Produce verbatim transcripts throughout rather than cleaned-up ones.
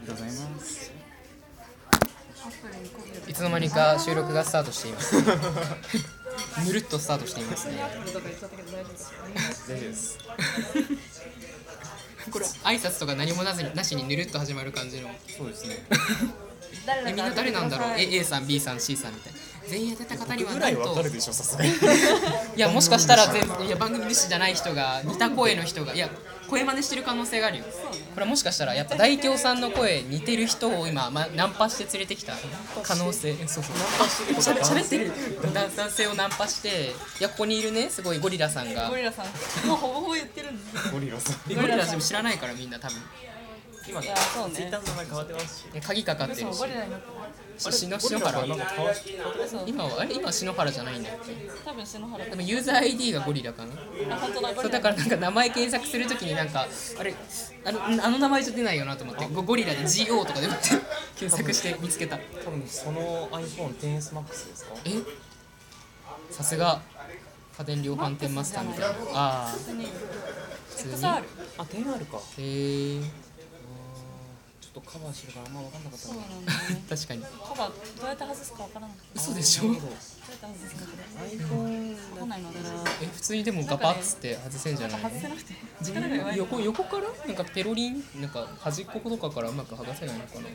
とうございます。 いつの間にか収録がスタートしていますぬるっとスタートしていますね。 大丈夫です。 これ挨拶とか何もなしになしにぬるっと始まる感じの。 そうですね。 え、みんな誰なんだろう。え A さん B さん C さんみたいな。全員当てた方にはぐらいなんとわかるでしょ、さすがに。 いや、もしかしたら全いや番組主じゃない人が似た声の人がいや声真似してる可能性があるよ。これもしかしたらやっぱ大京さんの声似てる人を今、ま、ナンパして連れてきた可能性。そうそう、しゃべ喋ってる男男性をナンパして、いやここにいるねすごいゴリラさんがゴリラさんもうほぼほぼ言ってるんですよ。 ゴリラさん。 ゴリラさん知らないからみんな多分今いやそうねツイッターの名前変わってますし。 え鍵かかってそうるしゴリラになってる。 し篠篠原なんか変わっそう今はあれ今篠原じゃないんだっけ。 多分篠原でもユーザー アイディー がゴリラかな。 あ本当だゴそうリラだからなんか名前検索するときになんかあれあのあの名前じゃ出ないよなと思ってゴゴリラで ジーオー とかで打って検索して見つけた。 多分その アイフォンテンエスマックス ですか。 えさすが家電量販店マスターみたいな。ああ普通に普通にエックスアール。 あ、テンアールか。 へえちょっとカバーしてるからあんま分かんなかったそうな。 なんだよね。 確かにカバーどうやって外すかわからなくて。 嘘でしょ。 どうやって外すかこれ。 iPhone 来ないのでな。 え普通にでもガパッつって外せんじゃない外せなくて力が弱い。 横横からなんかペロリンなんか端っことかからうまく剥がせないのかな。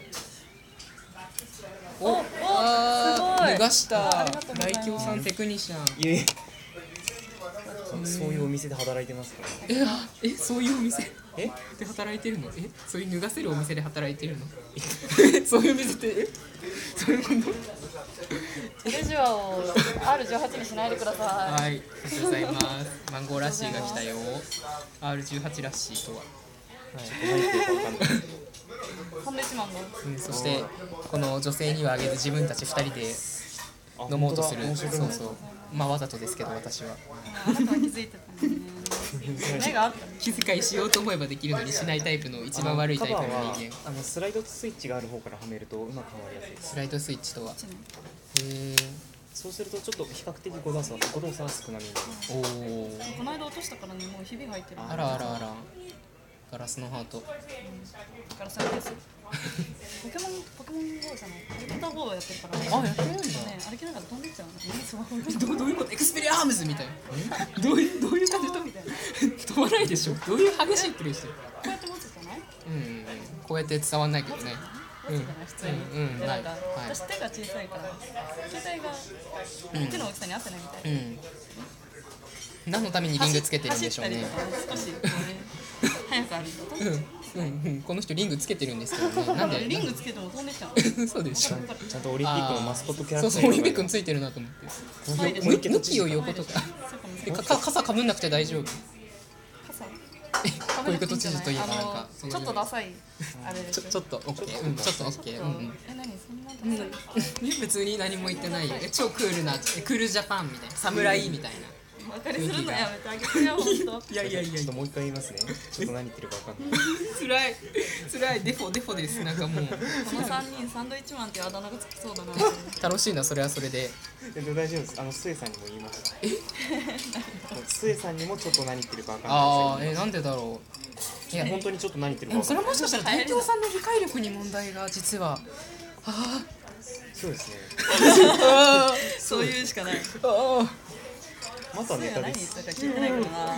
おおあーすごい脱がしたありがとうございます大京さんテクニシャン。 いえそういうお店で働いてますから。 えあえそういうお店えで働いてるの。えそういう脱がせるお店で働いてるのそういうお店ってえそういうことジェルジュアを アールじゅうはち にしないでくださはい、ありがとうございます。マンゴーラッシーが来たよ。アールじゅうはち ラッシーとは。 何言ってるか分かんない。 い。サンドイッチマンがうん、そしてこの女性にはあげず自分たちふたりで飲もうとする。 あそうそう。まあわざとですけど私はあなたは気づいてたんだね。目があったね。 気遣いしようと思えばできるのにしないタイプの一番悪いタイプの人カバーは間。 あのスライドスイッチがある方からはめるとうまくはまりやすいです。 スライドスイッチとは。へえ。 そうするとちょっと比較的誤動作誤動作は少なめになります。 おお。 この間落としたからね、もうひび入ってる。 あらあらあら。ガラスのハート。 ガラスのです。ポケモンポケモン ゴー じゃない。ハリポタ ゴー をやってるからね。 あやってるんだ。 ね、歩きながら飛んでっちゃうの。スマホどうどういうことエクスペリアームズみたいな。どういうどういう感じでみたいな。こ飛ばないでしょ。どういう激しいプレイしてる。 うやって持つじゃない？ うんこうやって伝わんないけどね。 持つじゃない普通に。 うんうんでなんかはい私手が小さいから携帯が手の大きさに合ってないみたい。 うん何のためにリングつけてるんでしょうね。 走ったりとか少しこうね速く歩くと。 うんうんうんこの人リングつけてるんですけどね。なんでリングつけても飛んでっちゃう。 そうでしょ。 ちゃんとオリンピックのマスコットキャラクターそうそうオリンピックについてるなと思って。 可愛いでしょむ向きを横とか。 そうかもでかか傘かぶんなくて大丈夫。 傘小池都知事といえばなんあかのちょっとダサいあれでしょ。 ちょちょっとオッケーうんちょっとオッケーうんうん。 え、何そんなダサい。 別に何も言ってないよ。え超クールなえクールジャパンみたいな侍みたいな。 バカにするのやめてあげてよ、ほんと。 いやいやいやちょっともう一回言いますね。ちょっと何言ってるか分かんない。 辛い辛いデフォデフォです。なんかもうこのさんにんサンドイッチマンっていうあだ名がつきそうだな。 楽しいなそれはそれで。 でも大丈夫です。あのスエさんにも言いました。え？スエさんにもちょっと何言ってるか分かんない。 ああえなんでだろう。いや本当にちょっと何言ってるでもそか分かんない。 れもしかしたら大京さんの理解力に問題が実はあそうですね。 ああそういうしかない。 あまたネタ何言っです。 たか聞いてないからな。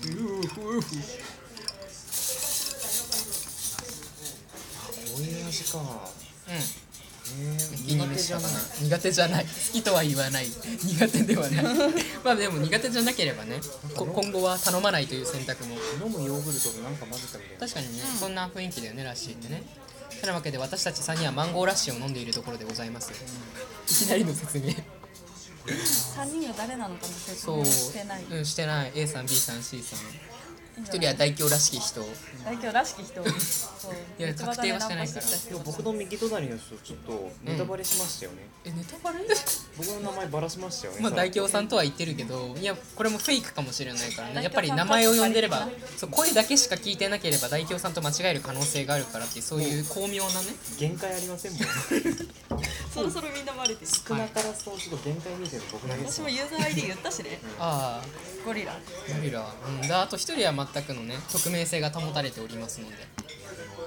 こういう味か。 うんえー、苦手じゃない。 苦手じゃない好きとは言わない苦手ではないまあでも苦手じゃなければねこ今後は頼まないという選択も飲むヨーグルトとなんか混ぜたみたいな。 確かにね、そんな雰囲気だよねラッシーってね。てなわけで私たちさんにんはマンゴーラッシーを飲んでいるところでございます。いきなりの説明三人が誰なのかも説そう明してない。 うんしてない A さん B さん C さん一人は大京らしき人。 大京らしき人。そう。 いや確定はしてないからでも僕の右隣の人ちょっとネタバレしましたよね。 えネタバレ僕の名前バラしましたよね。 まあさ大京さんとは言ってるけどいやこれもフェイクかもしれないからね。やっぱり名前を呼んでればそう声だけしか聞いてなければ大京さんと間違える可能性があるからっていうそういう巧妙なね。 限界ありませんもん。 そろそろみんなバレてる。 少なからずとちょっと限界見てる僕だけです私もユーザー アイディー 言ったしね。 ああゴリラ。 ゴリラ、うん、であと一人は全くのね匿名性が保たれておりますので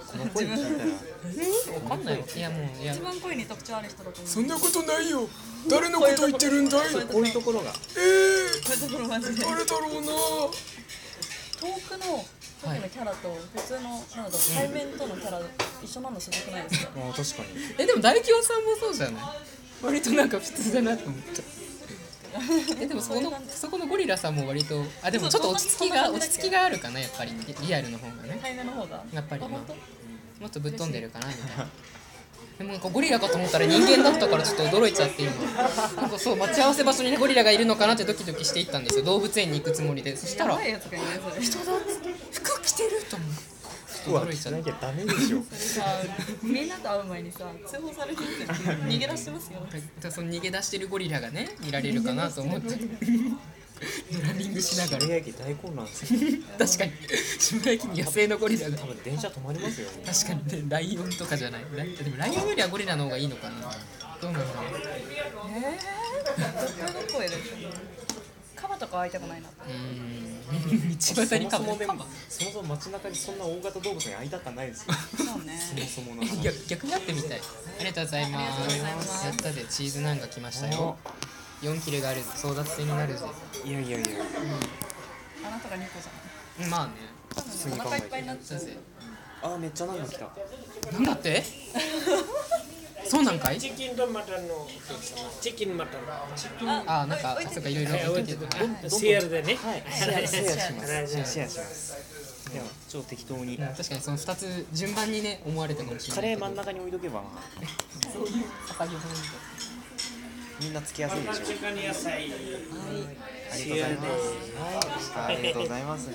この声聞いたらわかんないわ。いやもういや一番声に特徴ある人だと思う。 そんなことないよ。誰のこと言ってるんだい。 こういうところがえー、 こういうところマジで誰だろうな。 遠くの時のキャラと普通のなんだろう対面とのキャラ一緒なのすごくないですか？ ああ確かにえでも大京さんもそうじゃない？割となんか普通だなと思った。えでもそこのそこのゴリラさんも割とあでもちょっと落ち着きが落ち着きがあるかなやっぱりリアルの方がね。 対面の方がやっぱりまあ本当もっとぶっ飛んでるかなみたいな。でもなんかゴリラかと思ったら人間だったからちょっと驚いちゃって今なんかそう待ち合わせ場所に、ね、ゴリラがいるのかなってドキドキしていったんですよ。動物園に行くつもりで。そしたらやばいやつがいるねそれ。 人だっつって服着てると思う。 うわ驚いちゃっしなきゃダメでしょさみんなと会う前にさ通報されてるって逃げ出してますよ。 た。その逃げ出してるゴリラがね見られるかなと思ってドラミングしながら。 渋谷駅大混乱ですよ確かに渋谷駅に野生のゴリラが多分電車止まりますよ確かにねライオンとかじゃない。ライでもライオンよりはゴリラの方がいいのかな。どうなんだろう。 えー、どこへる？カバとか会いたくないな。 うーん道端にかもそもそもでもそもそも街中にそんな大型動物に会いたくないですよそうね。 そもそもの話逆逆に会ってみたい。ありがとうございます。 ありがとうございますやったでチーズナンが来ましたよ。よんキレがある争奪戦になるぜ。 いやいやいやあなたがにこじゃん。 まあね。 多分ねお腹いっぱいになっちゃう。 あーめっちゃなんか来たなんだってそうなんかい。 チキンとマトンのチキンマトン。 あなんかあそうかいろいろ言っててシェアでね。 はいシェアシェアしますシェアシェアしますでは超適当に確かにそのふたつ順番にね思われたかもしれないカレーけど。 真ん中に置いとけばそういう捧げ物みんなつきやすいでしょチキン野菜。 ありがとうございますはいありがとうございます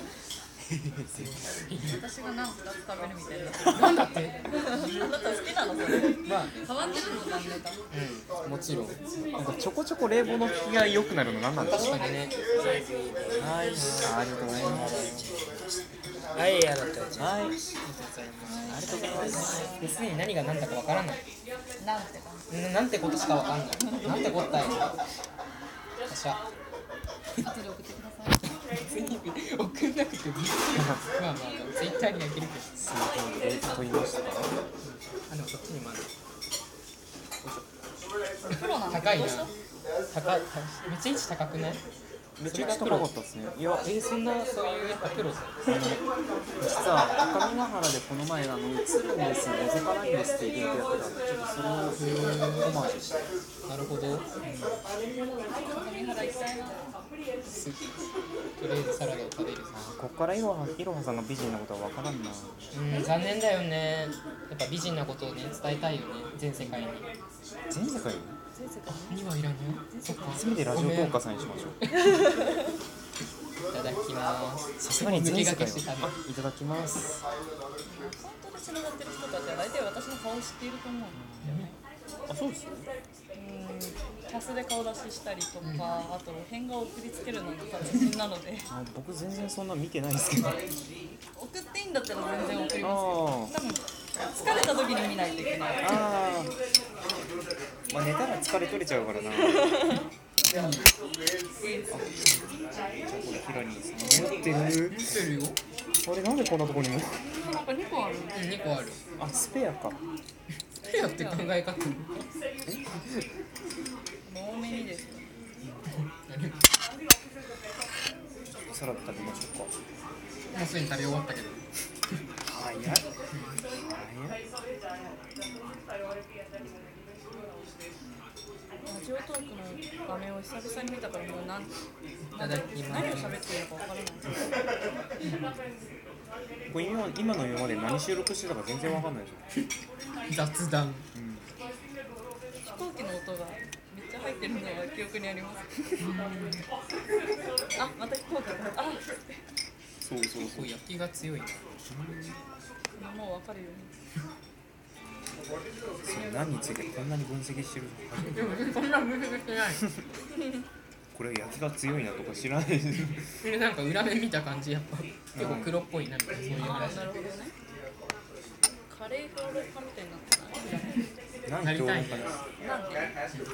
私がナンふたつ食べるみたいな。 なんだって。 あなた好きなのそれ？ まあ変わってるのなんでか。 うんもちろんなんかちょこちょこ冷房の効きが良くなるの何なんですか確かにね。 はいありがとうございますはい、あなた。 はいありがとうございますすでに何が何だかわからない。 なんて感じ。 ななんてことしかわかんない。なんてこったい。私は後で送ってください。 別に送んなくてもいい。まあまあツイッターにあげるけど。 すごい冷凍取りましたかあでもそっちにもある。 プロなの？ 高いなどうした？ 高いめっちゃ位置高くない？ めちゃくちゃ高かったですねいやえー、そんなそういうやっぱプロさ。 実は各務原でこの前あの映るんです覗かないんですってイベントやってたんでちょっとそれをオマージュしてなるほど。 上原行きたいな。 すとりあえずサラダを食べる。 こっからいろはいろはさんが美人なことは分からんなうん残念だよね。やっぱ美人なことをね伝えたいよね全世界に。 全世界に全世界にはいらない。そっか。 せめてラジオトーカーさんにしましょういただきます。 さすがに全世界抜け駆けして食べる。 はいただきます本当でつながってる人たちは大体私の顔を知っていると思うんだよね。 あそうですうんキャスで顔出ししたりとか、あと変顔を送りつけるのが達人なのであ僕全然そんな見てないですけどあ送っていいんだったら全然送りあますよ。多分疲れた時に見ないといけない。 あーまあ寝たら疲れ取れちゃうからなあじゃあこれヒラニーさん持ってる見てるよ。 あれなんでこんなとこにもなんかにこある。 うんにこある。 あスペアかペアって考え方。 多めにですよ。 サラダ食べましょうかもうすでに食べ終わったけど。 早い早いラジオトークの画面を久々に見たからもうなんいただきます。 何を喋っているのかわからない。 これ今今の今まで何収録してたか全然わかんないですよ雑談。 飛行機の音がめっちゃ入ってるのは記憶にあります。あ、また飛行機だ。あ、 そうそう結構焼きが強いな。 もうわかるよね。 それ何についてこんなに分析してるのでもそんな分析してない。 これ焼きが強いなとか知らないですそれなんか裏面見た感じやっぱ結構黒っぽいなみたいなそういうあ、 話。 なるほどね。 カレーフローレスパンみたいになってない？ なん評論家です。 なんで？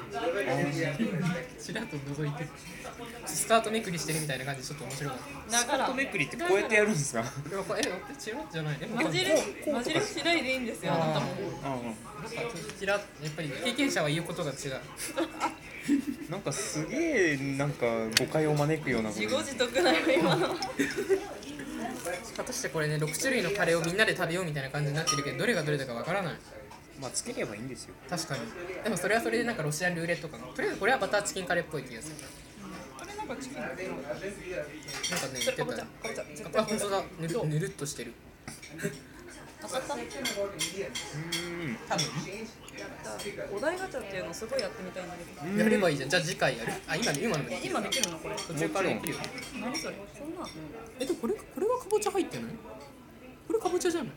ちらっと覗いてスタートめくりしてるみたいな感じでちょっと面白かっただからとめくりってこうやってやるんですか？ でもこれえチラッじゃないえマジレマジレしないでいいんですよ、あなたも。 なんかチラッやっぱり経験者は言うことが違うなんかすげえなんか誤解を招くようなこと自業自得なよ今の。 果たしてこれねろく種類のカレーをみんなで食べようみたいな感じになってるけどどれがどれだかわからないまあつければいいんですよ。 確かにでもそれはそれでなんかロシアンルーレットかなとりあえずこれはバターチキンカレーっぽい気がするこれなんかチキンなんかね言ってたかぼちゃかぼちゃ絶あ対本当だぬるぬるっとしてる当たったうーん多分お題ガチャっていうのすごいやってみたいんだけど、 やればいいじゃんじゃあ次回やるあ今今のもえ今できるのこれ？ 途中からできるよ何それ？そんなえでもこれこれはかぼちゃ入ってないこれかぼちゃじゃない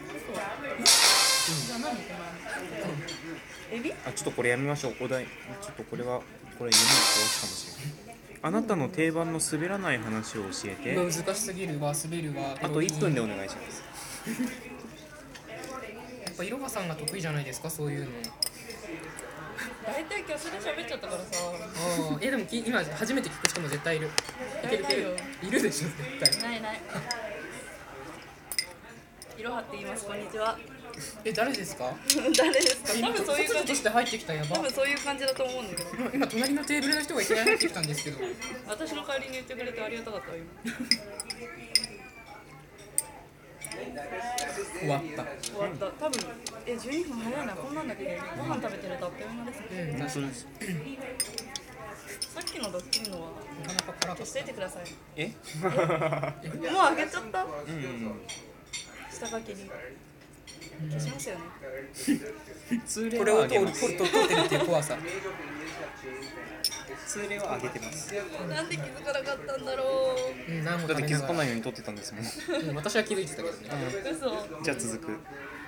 じゃあ何これ？エビ？ あちょっとこれやめましょう。お題ちょっとこれはこれ夢に壊すかもしれない。あなたの定番の滑らない話を教えて。 難しすぎるわ滑るわあといっぷんでお願いします。 やっぱいろはさんが得意じゃないですかそういうの大体今日それ喋っちゃったからさ。 ああえでもき今初めて聞く人も絶対いるいけるいけるいるでしょ絶対ないない。いろはって言います。こんにちは。 え誰ですか誰ですか？多分そういう突如感じ。 として入ってきたやば多分そういう感じだと思うんだけど。 今今隣のテーブルの人がいきなり入ってきたんですけど私の代わりに言ってくれてありがたかったわ今。 終わった終わった。多分えじゅうにふん早いな。こんなんだけどご飯食べてるとあっという間ですね。 うんそうです。 さっきのドッキリのはなかなか辛か消っしといてください。 え？ もうあげちゃった。 うんうん。 下書きに消しますよね。 通例たこれを通るは上げます。 通ると通ってるっていう怖さ通例は上げてます。 なんで気づかなかったんだろう。 うん何もだって気づかないいように撮ってたんですもん。 私は気づいてたけどね嘘。 じゃあ続く。